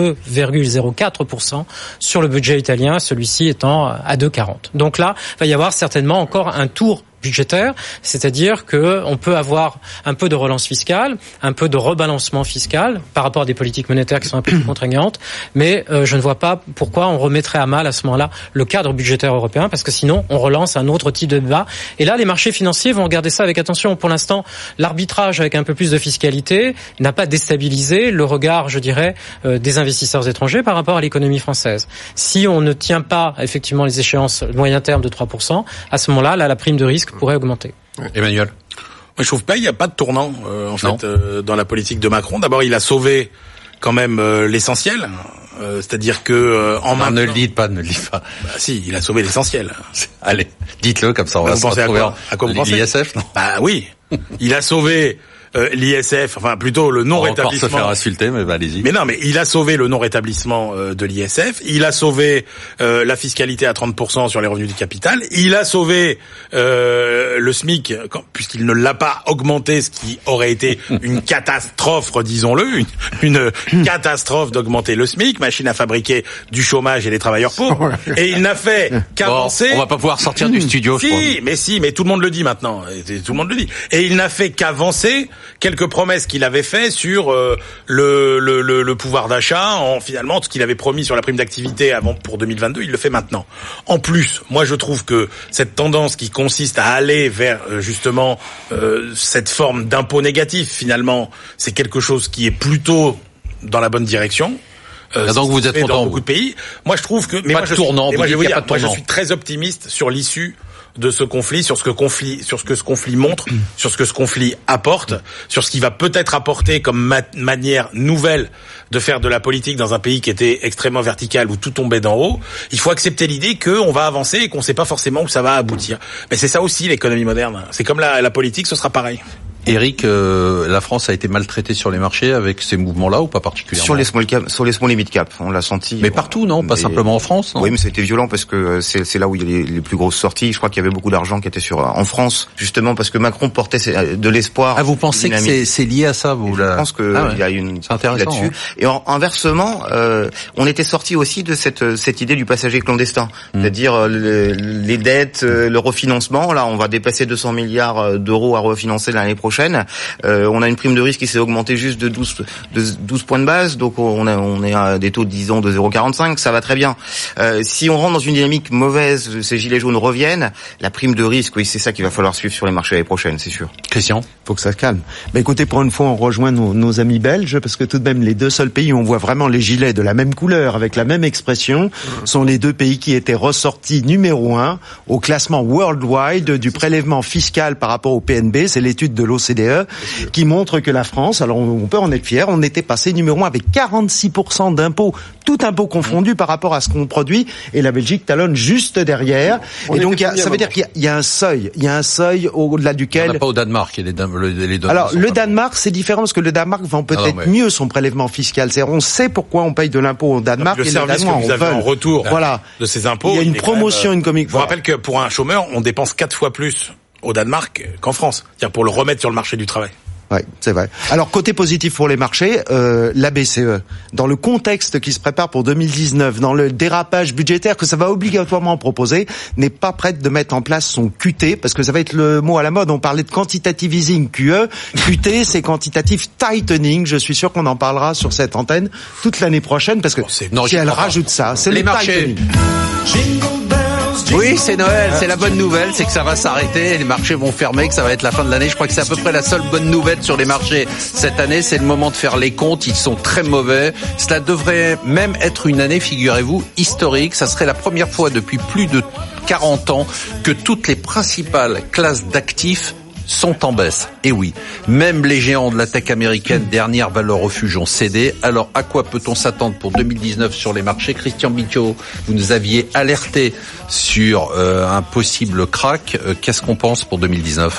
2,04% sur le budget italien, celui-ci étant à 2,40. Donc là, il va y avoir certainement encore un tour budgétaire, c'est-à-dire que on peut avoir un peu de relance fiscale, un peu de rebalancement fiscal par rapport à des politiques monétaires qui sont un peu plus contraignantes, mais je ne vois pas pourquoi on remettrait à mal à ce moment-là le cadre budgétaire européen, parce que sinon on relance un autre type de débat. Et là, les marchés financiers vont regarder ça avec attention. Pour l'instant, l'arbitrage avec un peu plus de fiscalité n'a pas déstabilisé le regard, je dirais, des investisseurs étrangers par rapport à l'économie française. Si on ne tient pas effectivement les échéances moyen terme de 3%, à ce moment-là, la prime de risque pourrait augmenter. Emmanuel? Moi, je trouve pas, il n'y a pas de tournant dans la politique de Macron. D'abord, il a sauvé quand même l'essentiel, c'est-à-dire que ne le dites pas. Bah, si, il a sauvé l'essentiel. Allez, dites-le comme ça on va se retrouver. À quoi vous pensez? L'ISF, non? Bah oui, il a sauvé l'ISF, enfin plutôt le non-rétablissement. On va se faire insulter, mais allez-y. Mais non, mais il a sauvé le non-rétablissement de l'ISF, il a sauvé la fiscalité à 30% sur les revenus du capital, il a sauvé le SMIC, puisqu'il ne l'a pas augmenté, ce qui aurait été une catastrophe, disons-le, une catastrophe d'augmenter le SMIC, machine à fabriquer du chômage et des travailleurs pauvres, et il n'a fait qu'avancer... On va pas pouvoir sortir du studio, je crois. Mais tout le monde le dit maintenant, tout le monde le dit. Et il n'a fait qu'avancer quelques promesses qu'il avait fait sur le pouvoir d'achat, en finalement tout ce qu'il avait promis sur la prime d'activité avant pour 2022, il le fait maintenant. En plus, moi je trouve que cette tendance qui consiste à aller vers justement cette forme d'impôt négatif, finalement, c'est quelque chose qui est plutôt dans la bonne direction. Donc vous êtes content dans beaucoup de pays. Moi je trouve que moi je suis très optimiste sur l'issue de ce conflit, sur ce que ce conflit montre, sur ce que ce conflit apporte, sur ce qui va peut-être apporter comme manière nouvelle de faire de la politique dans un pays qui était extrêmement vertical où tout tombait d'en haut. Il faut accepter l'idée qu'on va avancer et qu'on ne sait pas forcément où ça va aboutir. Mais c'est ça aussi l'économie moderne. C'est comme la politique, ce sera pareil. Eric, la France a été maltraitée sur les marchés avec ces mouvements-là ou pas particulièrement? Sur les small et mid cap, on l'a senti. Mais partout, non? Pas simplement en France, non? Oui, mais ça a été violent parce que c'est là où il y a les plus grosses sorties. Je crois qu'il y avait beaucoup d'argent qui était en France, justement parce que Macron portait de l'espoir. Ah, vous pensez que c'est lié à ça, vous? Je pense que il y a une c'est intéressant là-dessus. Hein. Et inversement, on était sorti aussi de cette idée du passager clandestin, c'est-à-dire les dettes, le refinancement. Là, on va dépasser 200 milliards d'euros à refinancer l'année prochaine. On a une prime de risque qui s'est augmentée juste de 12 points de base, donc on est à des taux disons de 0,45, ça va très bien. Si on rentre dans une dynamique mauvaise, ces gilets jaunes reviennent, la prime de risque, oui, c'est ça qu'il va falloir suivre sur les marchés l'année prochaine, c'est sûr. Christian, faut que ça se calme. Mais écoutez, pour une fois, on rejoint nos amis belges, parce que tout de même, les deux seuls pays où on voit vraiment les gilets de la même couleur, avec la même expression, sont les deux pays qui étaient ressortis numéro 1 au classement worldwide du prélèvement fiscal par rapport au PNB. C'est l'étude de l'OCDE qui montre que la France, alors on peut en être fier, on était passé numéro 1 avec 46% d'impôts, tout impôt confondu par rapport à ce qu'on produit, et la Belgique talonne juste derrière. Et donc ça veut dire qu'il y a un seuil au-delà duquel... On n'a pas au Danemark, les données. Alors le Danemark, c'est différent parce que le Danemark vend peut-être mieux son prélèvement fiscal. C'est-à-dire, on sait pourquoi on paye de l'impôt au Danemark, et les Danois en veulent. En retour de ces impôts, il y a une promotion économique. Je vous rappelle que pour un chômeur, on dépense 4 fois plus au Danemark qu'en France, c'est-à-dire pour le remettre sur le marché du travail. Oui, c'est vrai. Alors, côté positif pour les marchés, la BCE, dans le contexte qui se prépare pour 2019, dans le dérapage budgétaire que ça va obligatoirement proposer, n'est pas prête de mettre en place son QT, parce que ça va être le mot à la mode. On parlait de quantitative easing, QE. QT, c'est quantitative tightening. Je suis sûr qu'on en parlera sur cette antenne toute l'année prochaine, parce que si elle rajoute ça, c'est les le marchés. Tightening. Oui, c'est Noël, c'est la bonne nouvelle, c'est que ça va s'arrêter, les marchés vont fermer, que ça va être la fin de l'année. Je crois que c'est à peu près la seule bonne nouvelle sur les marchés cette année. C'est le moment de faire les comptes, ils sont très mauvais. Cela devrait même être une année, figurez-vous, historique. Ça serait la première fois depuis plus de 40 ans que toutes les principales classes d'actifs sont en baisse. Et oui, même les géants de la tech américaine, dernière valeur refuge, ont cédé. Alors, à quoi peut-on s'attendre pour 2019 sur les marchés? Christian Bicchio, vous nous aviez alerté sur un possible crack. Qu'est-ce qu'on pense pour 2019?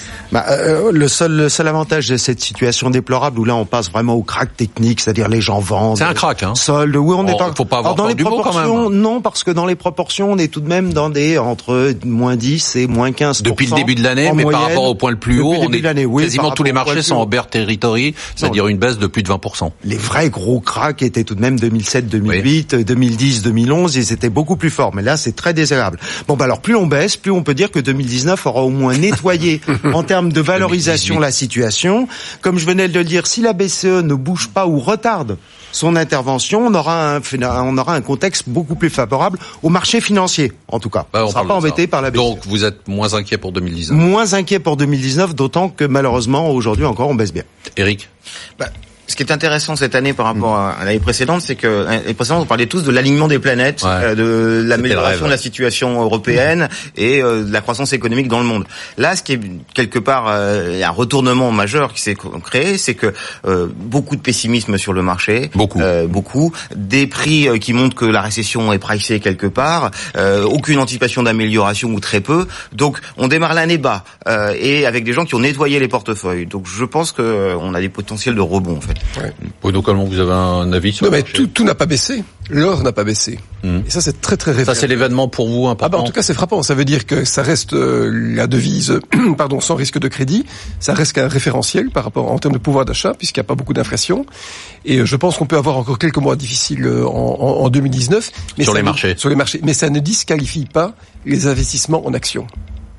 Le seul avantage de cette situation déplorable où là on passe vraiment au crack technique, c'est-à-dire les gens vendent. C'est un crack, hein. Solde, oui, on est faut pas avoir dans les du proportions, mot quand même. Non, parce que dans les proportions, on est tout de même dans entre moins 10 et moins 15%. Depuis le début de l'année, mais par rapport au point le plus haut, quasiment tous les marchés sont en bear territory, c'est-à-dire une baisse de plus de 20%. Les vrais gros cracks étaient tout de même 2007, 2008, 2010, 2011, ils étaient beaucoup plus forts. Mais là, c'est très désagréable. Alors plus on baisse, plus on peut dire que 2019 aura au moins nettoyé en termes de valorisation la situation. Comme je venais de le dire, si la BCE ne bouge pas ou retarde son intervention, on aura un contexte beaucoup plus favorable au marché financier, en tout cas. On ne sera pas embêté par la BCE. Donc vous êtes moins inquiet pour 2019? Moins inquiet pour 2019, d'autant que malheureusement, aujourd'hui encore, on baisse bien. Eric? Ce qui est intéressant cette année par rapport à l'année précédente, c'est que l'année précédente, on parlait tous de l'alignement des planètes, de l'amélioration de la situation européenne et de la croissance économique dans le monde. Là, ce qui est quelque part un retournement majeur qui s'est créé, c'est que beaucoup de pessimisme sur le marché, beaucoup, des prix qui montrent que la récession est pricée quelque part, aucune anticipation d'amélioration ou très peu. Donc, on démarre l'année bas et avec des gens qui ont nettoyé les portefeuilles. Donc, je pense que on a des potentiels de rebond en fait. Bruno Calmont, vous avez un avis sur mais tout n'a pas baissé. L'or n'a pas baissé. Et ça, c'est très très révélateur. Ça, c'est l'événement pour vous important. En tout cas, c'est frappant. Ça veut dire que ça reste la devise, sans risque de crédit. Ça reste qu'un référentiel par rapport en termes de pouvoir d'achat, puisqu'il n'y a pas beaucoup d'inflation. Et je pense qu'on peut avoir encore quelques mois difficiles en 2019. Sur les marchés. Mais ça ne disqualifie pas les investissements en actions.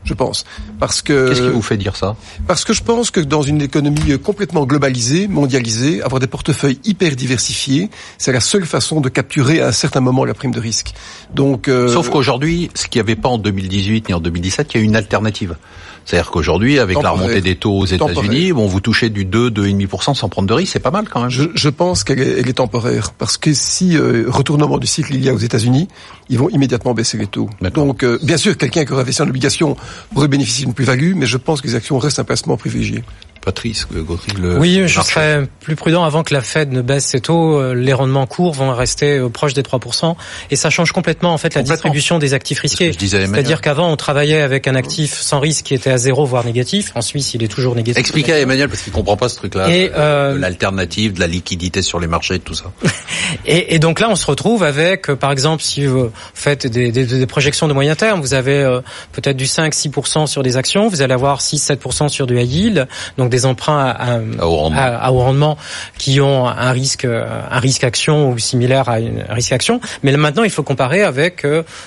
je pense. Parce que... Qu'est-ce qui vous fait dire ça? Parce que je pense que dans une économie complètement globalisée, mondialisée, avoir des portefeuilles hyper diversifiés, c'est la seule façon de capturer à un certain moment la prime de risque. Donc, sauf qu'aujourd'hui, ce qu'il n'y avait pas en 2018 ni en 2017, il y a une alternative. C'est-à-dire qu'aujourd'hui, avec la remontée des taux aux États-Unis, bon, vous touchez du 2,5% sans prendre de risque, c'est pas mal quand même. Je pense qu'elle est temporaire, parce que si retournement du cycle il y a aux États-Unis, ils vont immédiatement baisser les taux. Donc, bien sûr, quelqu'un qui aurait investi en obligation pourrait bénéficier d'une plus-value, mais je pense que les actions restent un placement privilégié. Patrice Gautry, oui, je serais plus prudent avant que la Fed ne baisse ses taux. Les rendements courts vont rester proches des 3%, et ça change complètement en fait la distribution des actifs risqués. C'est-à-dire qu'avant on travaillait avec un actif sans risque qui était à 0 voire négatif. En Suisse, il est toujours négatif. Expliquez à Emmanuel parce qu'il comprend pas ce truc-là. De l'alternative, de la liquidité sur les marchés, tout ça. Et donc là, on se retrouve avec, par exemple, si vous faites des projections de moyen terme, vous avez peut-être du 5-6% sur des actions, vous allez avoir 6-7% sur du high yield, donc des emprunts à haut rendement qui ont un risque action ou similaire à un risque action. Mais là, maintenant, il faut comparer avec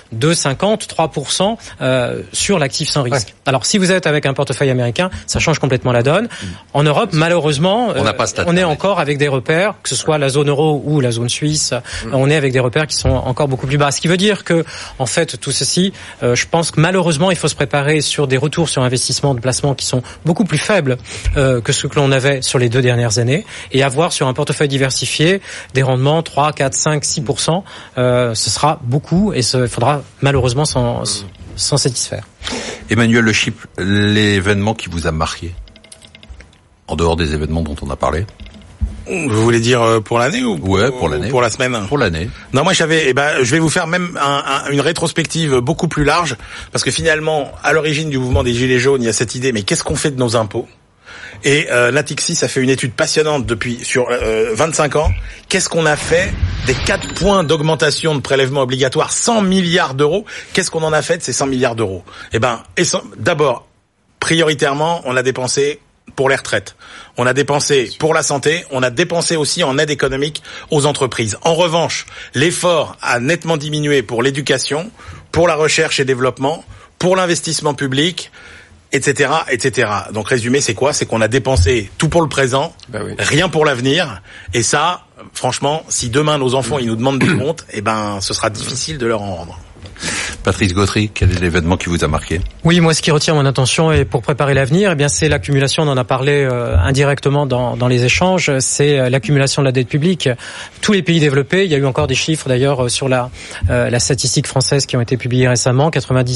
2,50-3% sur l'actif sans risque. Alors, si vous êtes avec un portefeuille américain, ça change complètement la donne. En Europe, malheureusement, on est encore avec des repères, que ce soit la zone euro ou la zone suisse, on est avec des repères qui sont encore beaucoup plus bas. Ce qui veut dire que, en fait, tout ceci, je pense que malheureusement, il faut se préparer sur des retours sur investissement de placement qui sont beaucoup plus faibles que ce que l'on avait sur les 2 dernières années, et avoir sur un portefeuille diversifié des rendements 3, 4, 5, 6%, ce sera beaucoup, et il faudra malheureusement s'en satisfaire. Emmanuel Le Chypre, l'événement qui vous a marqué, en dehors des événements dont on a parlé? Vous voulez dire pour l'année ou pour l'année, pour la semaine? Pour l'année. Non, moi je vais vous faire même une rétrospective beaucoup plus large, parce que finalement, à l'origine du mouvement des Gilets jaunes, il y a cette idée, mais qu'est-ce qu'on fait de nos impôts? Et Natixis a fait une étude passionnante sur 25 ans. Qu'est-ce qu'on a fait des 4 points d'augmentation de prélèvements obligatoires, 100 milliards d'euros? Qu'est-ce qu'on en a fait de ces 100 milliards d'euros? D'abord, prioritairement, on a dépensé pour les retraites. On a dépensé pour la santé, on a dépensé aussi en aide économique aux entreprises. En revanche, l'effort a nettement diminué pour l'éducation, pour la recherche et développement, pour l'investissement public, etc., etc. Donc résumé, c'est quoi? C'est qu'on a dépensé tout pour le présent, rien pour l'avenir. Et ça, franchement, si demain nos enfants ils nous demandent des comptes, ce sera difficile de leur en rendre. Patrice Gautry, quel est l'événement qui vous a marqué? Oui, moi, ce qui retient mon attention et pour préparer l'avenir, c'est l'accumulation. On en a parlé indirectement dans les échanges. C'est l'accumulation de la dette publique. Tous les pays développés, il y a eu encore des chiffres d'ailleurs sur la statistique française qui ont été publiés récemment.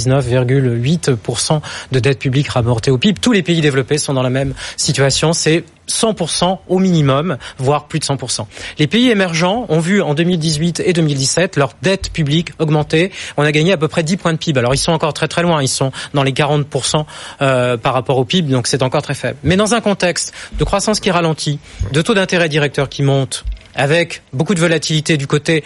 99,8% de dette publique rapportée au PIB. Tous les pays développés sont dans la même situation. C'est 100% au minimum, voire plus de 100%. Les pays émergents ont vu en 2018 et 2017 leur dette publique augmenter. On a gagné à peu près 10 points de PIB. Alors ils sont encore très très loin, ils sont dans les 40% par rapport au PIB, donc c'est encore très faible. Mais dans un contexte de croissance qui ralentit, de taux d'intérêt directeur qui montent, avec beaucoup de volatilité du côté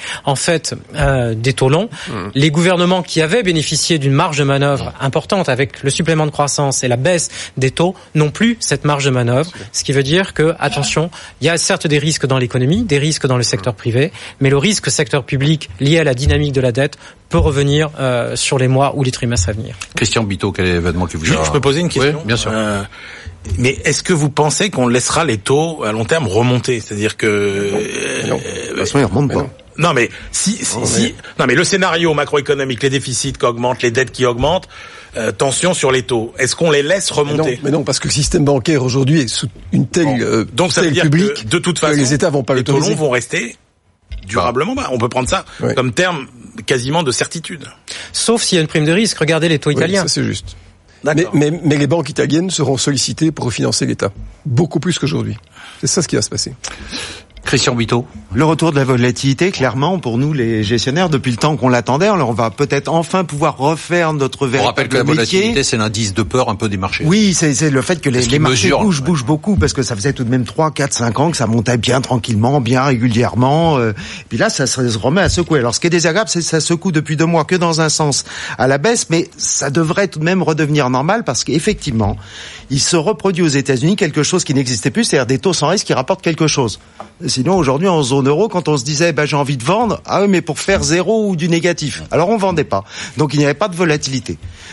des taux longs, les gouvernements qui avaient bénéficié d'une marge de manœuvre importante avec le supplément de croissance et la baisse des taux n'ont plus cette marge de manœuvre, ce qui veut dire que, attention, il y a certes des risques dans l'économie, des risques dans le secteur privé, mais le risque secteur public lié à la dynamique de la dette peut revenir sur les mois ou les trimestres à venir. Christian Bittot, quel est l'événement qui vous a... Je peux poser une question? Oui, bien sûr. Mais est-ce que vous pensez qu'on laissera les taux à long terme remonter? C'est-à-dire que... Non. De toute façon, ils remontent pas. Non, mais non, mais le scénario macroéconomique, les déficits qui augmentent, les dettes qui augmentent, tension sur les taux. Est-ce qu'on les laisse remonter? Mais non, parce que le système bancaire aujourd'hui est sous une telle donc ça veut dire publique que de toute façon, les États vont pas l'autoriser. Les taux longs vont rester durablement bas. On peut prendre ça comme terme quasiment de certitude. Sauf s'il y a une prime de risque. Regardez les taux italiens. Ça c'est juste. Mais les banques italiennes seront sollicitées pour refinancer l'État. Beaucoup plus qu'aujourd'hui. C'est ça ce qui va se passer. Christian Bittot. Le retour de la volatilité, clairement, pour nous, les gestionnaires, depuis le temps qu'on l'attendait, on va peut-être enfin pouvoir refaire notre véritable métier. On rappelle que la volatilité, c'est l'indice de peur un peu des marchés. Oui, c'est le fait que les marchés bougent beaucoup, parce que ça faisait tout de même 3, 4, 5 ans que ça montait bien tranquillement, bien régulièrement. Et puis là, ça se remet à secouer. Alors, ce qui est désagréable, c'est que ça secoue depuis 2 mois que dans un sens à la baisse, mais ça devrait tout de même redevenir normal, parce qu'effectivement, il se reproduit aux États-Unis quelque chose qui n'existait plus, c'est-à-dire des taux sans risque qui rapportent quelque chose. Sinon, aujourd'hui, en zone euro, quand on se disait, j'ai envie de vendre, mais pour faire 0 ou du négatif. Alors, on vendait pas. Donc, il n'y avait pas de volatilité.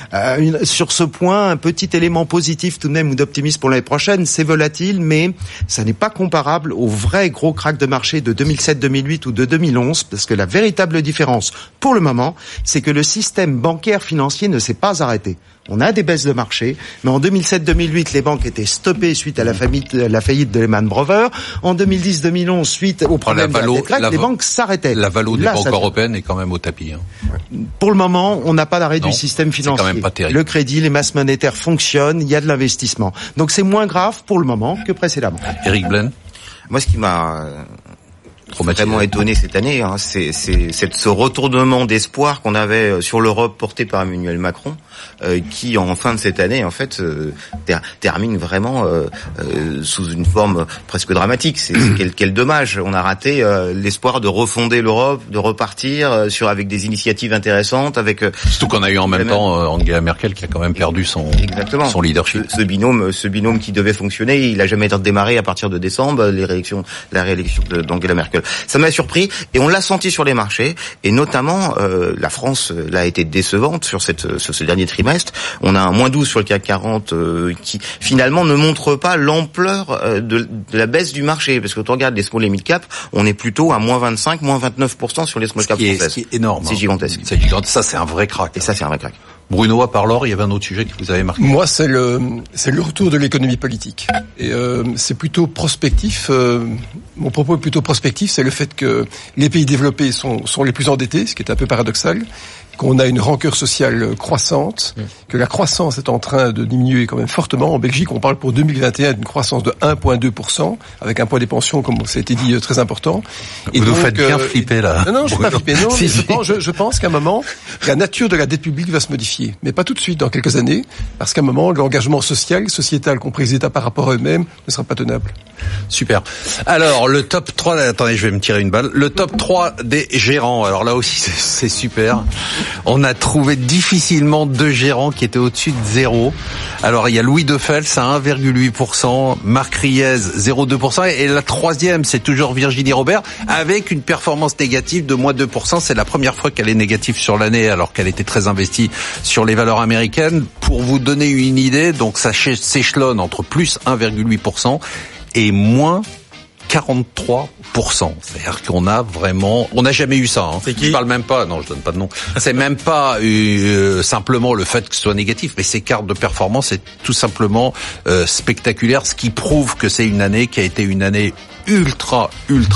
Sur ce point, un petit élément positif tout de même ou d'optimisme pour l'année prochaine, c'est volatile, mais ça n'est pas comparable au vrai gros crack de marché de 2007-2008 ou de 2011, parce que la véritable différence, pour le moment, c'est que le système bancaire financier ne s'est pas arrêté. On a des baisses de marché, mais en 2007-2008, les banques étaient stoppées suite à la faillite de Lehman Brothers. En 2010-2011, suite au problème de la dette grecque, les banques s'arrêtaient. La valo des banques européennes est quand même au tapis. Pour le moment, on n'a pas d'arrêt du système financier. C'est quand même pas terrible. Le crédit, les masses monétaires fonctionnent, il y a de l'investissement. Donc c'est moins grave pour le moment que précédemment. Eric Blaine. Moi, ce qui m'a vraiment étonné cette année, c'est ce retournement d'espoir qu'on avait sur l'Europe porté par Emmanuel Macron, qui en fin de cette année en fait termine vraiment sous une forme presque dramatique. C'est quel dommage. On a raté l'espoir de refonder l'Europe, de repartir avec des initiatives intéressantes, avec surtout qu'on a eu en même temps Angela Merkel qui a quand même perdu son leadership. Ce binôme qui devait fonctionner, il a jamais été démarré à partir de décembre. La réélection d'Angela Merkel. Ça m'a surpris et on l'a senti sur les marchés et notamment la France a été décevante sur ce dernier trimestre. On a un -12 sur le CAC 40 qui finalement ne montre pas l'ampleur de la baisse du marché, parce que quand on regarde les small et mid cap, on est plutôt à -25, -29% sur les small cap françaises. Ce qui est énorme. C'est gigantesque. C'est gigantesque. Ça c'est un vrai crack. Et ça c'est un vrai crack. Bruno, à part l'or, il y avait un autre sujet qui vous avait marqué. Moi, c'est le retour de l'économie politique. Et c'est plutôt prospectif. Mon propos est plutôt prospectif, c'est le fait que les pays développés sont les plus endettés, ce qui est un peu paradoxal, qu'on a une rancœur sociale croissante, que la croissance est en train de diminuer quand même fortement. En Belgique, on parle pour 2021 d'une croissance de 1,2%, avec un poids des pensions, comme ça a été dit, très important. Et vous nous faites bien flipper, là. Non, je ne suis pas flippé. Non, mais je pense qu'à un moment, la nature de la dette publique va se modifier. Mais pas tout de suite, dans quelques années, parce qu'à un moment, l'engagement social, sociétal, compris les États par rapport à eux-mêmes, ne sera pas tenable. Super. Alors, le top 3, attendez, je vais me tirer une balle. Le top 3 des gérants. Alors là aussi, c'est super. On a trouvé difficilement 2 gérants qui étaient au-dessus de 0. Alors, il y a Louis Defels à 1,8%, Marc Riez 0,2%, et la troisième, c'est toujours Virginie Robert, avec une performance négative de moins 2%. C'est la première fois qu'elle est négative sur l'année, alors qu'elle était très investie sur les valeurs américaines. Pour vous donner une idée, donc ça s'échelonne entre plus 1,8% et moins 43%. C'est-à-dire qu'on a vraiment, on n'a jamais eu ça. Je parle même pas, non, je donne pas de nom. C'est même pas simplement le fait que ce soit négatif, mais ces cartes de performance est tout simplement spectaculaire, ce qui prouve que c'est une année qui a été une année ultra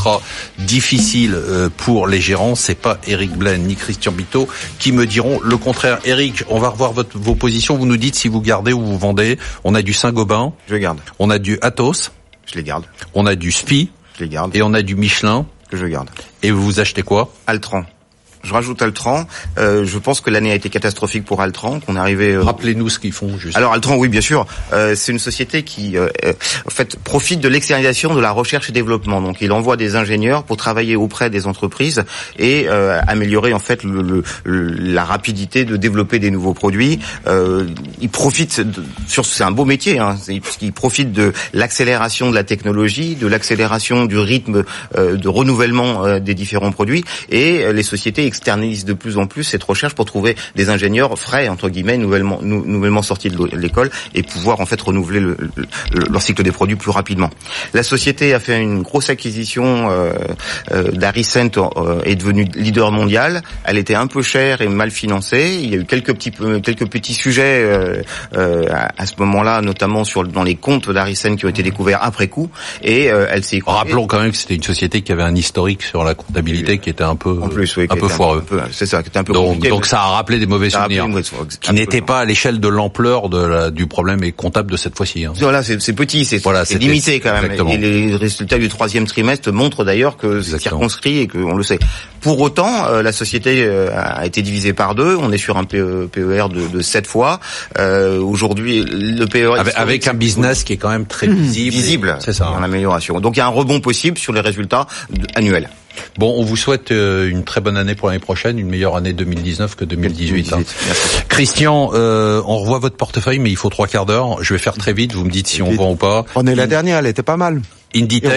difficile pour les gérants. C'est pas Eric Blaine ni Christian Bito qui me diront le contraire. Eric, on va revoir vos positions. Vous nous dites si vous gardez ou vous vendez. On a du Saint-Gobain. Je garde. On a du Atos. Je les garde. On a du SPI. Je les garde. Et on a du Michelin. Que je garde. Et vous achetez quoi? Altran. Je rajoute Altran. Je pense que l'année a été catastrophique pour Altran, qu'on est arrivé. Rappelez-nous ce qu'ils font. Juste. Alors Altran, oui, bien sûr. C'est une société qui, en fait, profite de l'externalisation de la recherche et développement. Donc, il envoie des ingénieurs pour travailler auprès des entreprises et améliorer en fait la rapidité de développer des nouveaux produits. Il profite c'est un beau métier, puisqu'il profite de l'accélération de la technologie, de l'accélération du rythme de renouvellement des différents produits, et les sociétés externalisent de plus en plus cette recherche pour trouver des ingénieurs frais, entre guillemets, nouvellement sortis de l'école, et pouvoir en fait renouveler leur cycle des produits plus rapidement. La société a fait une grosse acquisition d'Aricent, est devenue leader mondial. Elle était un peu chère et mal financée. Il y a eu quelques petits sujets à ce moment-là, notamment dans les comptes d'Aricent qui ont été découverts après coup, et elle s'est écroulée. Rappelons quand même que c'était une société qui avait un historique sur la comptabilité qui était un peu foireux. C'est ça, qui était un peu compliqué. Donc ça a rappelé des mauvais souvenirs, qui n'étaient pas à l'échelle de l'ampleur du problème comptable de cette fois-ci. Voilà, c'est petit, c'est limité quand même. Exactement. Et les résultats du 3e trimestre montrent d'ailleurs que c'est circonscrit et qu'on le sait. Pour autant, la société a été divisée par 2. On est sur un PER de 7 fois. Aujourd'hui, le PER avec un business qui est quand même très visible. C'est ça, en amélioration. Donc il y a un rebond possible sur les résultats annuels. Bon, on vous souhaite une très bonne année pour l'année prochaine, une meilleure année 2019 que 2018. Christian, on revoit votre portefeuille, mais il faut 3 quarts d'heure. Je vais faire très vite, vous me dites si on vend ou pas. On est la dernière, elle était pas mal. Inditex.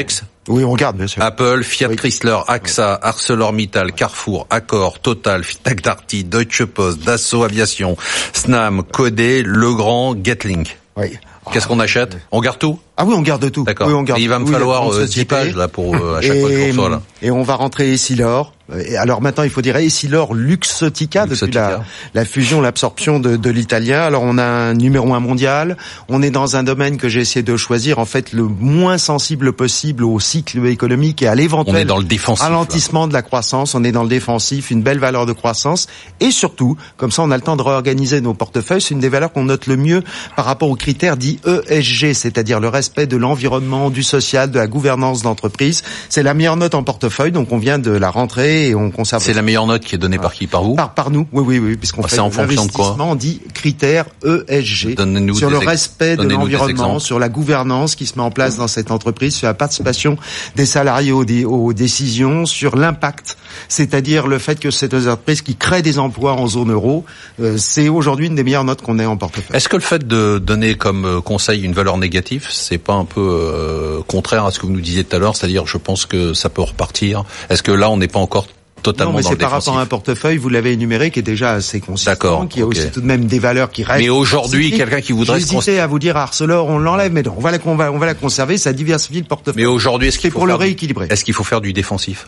Oui, on regarde, bien sûr. Apple, Fiat Chrysler, AXA, ArcelorMittal, Carrefour, Accor, Total, Fnac Darty, Deutsche Post, Dassault Aviation, Snam, Codet, Legrand, Getlink. Oui. Qu'est-ce qu'on achète? On garde tout? Ah oui, on garde tout. D'accord. Oui, on garde il va me falloir 10 pages là pour à chaque fois que je reçois là. Et on va rentrer Essilor. Et alors maintenant, il faut dire Essilor Luxottica depuis la fusion, l'absorption de l'italien. Alors on a un numéro 1 mondial. On est dans un domaine que j'ai essayé de choisir en fait le moins sensible possible au cycle économique et à l'éventuel ralentissement de la croissance. On est dans le défensif, une belle valeur de croissance et surtout, comme ça on a le temps de réorganiser nos portefeuilles. C'est une des valeurs qu'on note le mieux par rapport aux critères dits ESG, c'est-à-dire le respect de l'environnement, du social, de la gouvernance d'entreprise. C'est la meilleure note en portefeuille, donc on vient de la rentrer et on conserve. C'est la meilleure note qui est donnée par qui? Par vous? Par nous, oui, puisqu'on fait en fonction de quoi? On dit critères ESG. Donnez-nous sur le respect de l'environnement, sur la gouvernance qui se met en place dans cette entreprise, sur la participation des salariés aux décisions, sur l'impact, c'est-à-dire le fait que cette entreprise qui crée des emplois en zone euro, c'est aujourd'hui une des meilleures notes qu'on ait en portefeuille. Est-ce que le fait de donner comme conseil une valeur négative, c'est pas un peu contraire à ce que vous nous disiez tout à l'heure, c'est-à-dire je pense que ça peut repartir? Est-ce que là on n'est pas encore totalement dans le défensif? Non, mais c'est par rapport à un portefeuille, vous l'avez énuméré, qui est déjà assez consistant, qui a aussi tout de même des valeurs qui restent. Mais aujourd'hui, quelqu'un qui voudrait... J'hésitais à vous dire Arcelor, on l'enlève, mais non, on va la conserver, ça diversifie le portefeuille. Mais aujourd'hui, est-ce qu'il faut le rééquilibrer? Est-ce qu'il faut faire du défensif?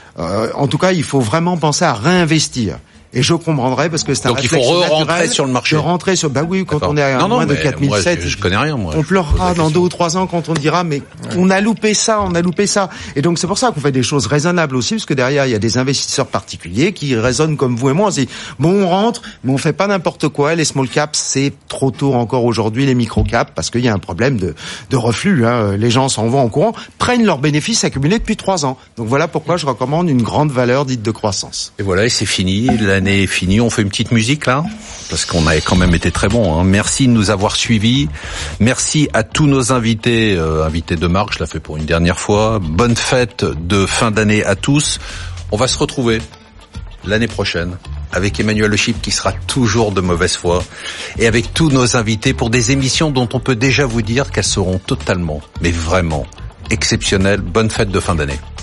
En tout cas, il faut vraiment penser à réinvestir. Et je comprendrais parce que c'est un donc il faut rentrer sur le marché. De rentrer sur, oui, quand on est à moins de 4007. Je connais rien, moi. On pleurera dans 2 ou 3 ans quand on dira, mais on a loupé ça. Et donc c'est pour ça qu'on fait des choses raisonnables aussi, parce que derrière il y a des investisseurs particuliers qui raisonnent comme vous et moi. On se dit, bon, on rentre, mais on fait pas n'importe quoi. Les small caps, c'est trop tôt encore aujourd'hui, les micro caps, parce qu'il y a un problème de reflux, hein. Les gens s'en vont en courant, prennent leurs bénéfices accumulés depuis 3 ans. Donc voilà pourquoi je recommande une grande valeur dite de croissance. Et voilà, et c'est fini. L'année est finie. On fait une petite musique là, parce qu'on a quand même été très bon. Hein. Merci de nous avoir suivis. Merci à tous nos invités, invités de marque. Je la fais pour une dernière fois. Bonne fête de fin d'année à tous. On va se retrouver l'année prochaine avec Emmanuel Le Chip qui sera toujours de mauvaise foi et avec tous nos invités pour des émissions dont on peut déjà vous dire qu'elles seront totalement, mais vraiment exceptionnelles. Bonne fête de fin d'année.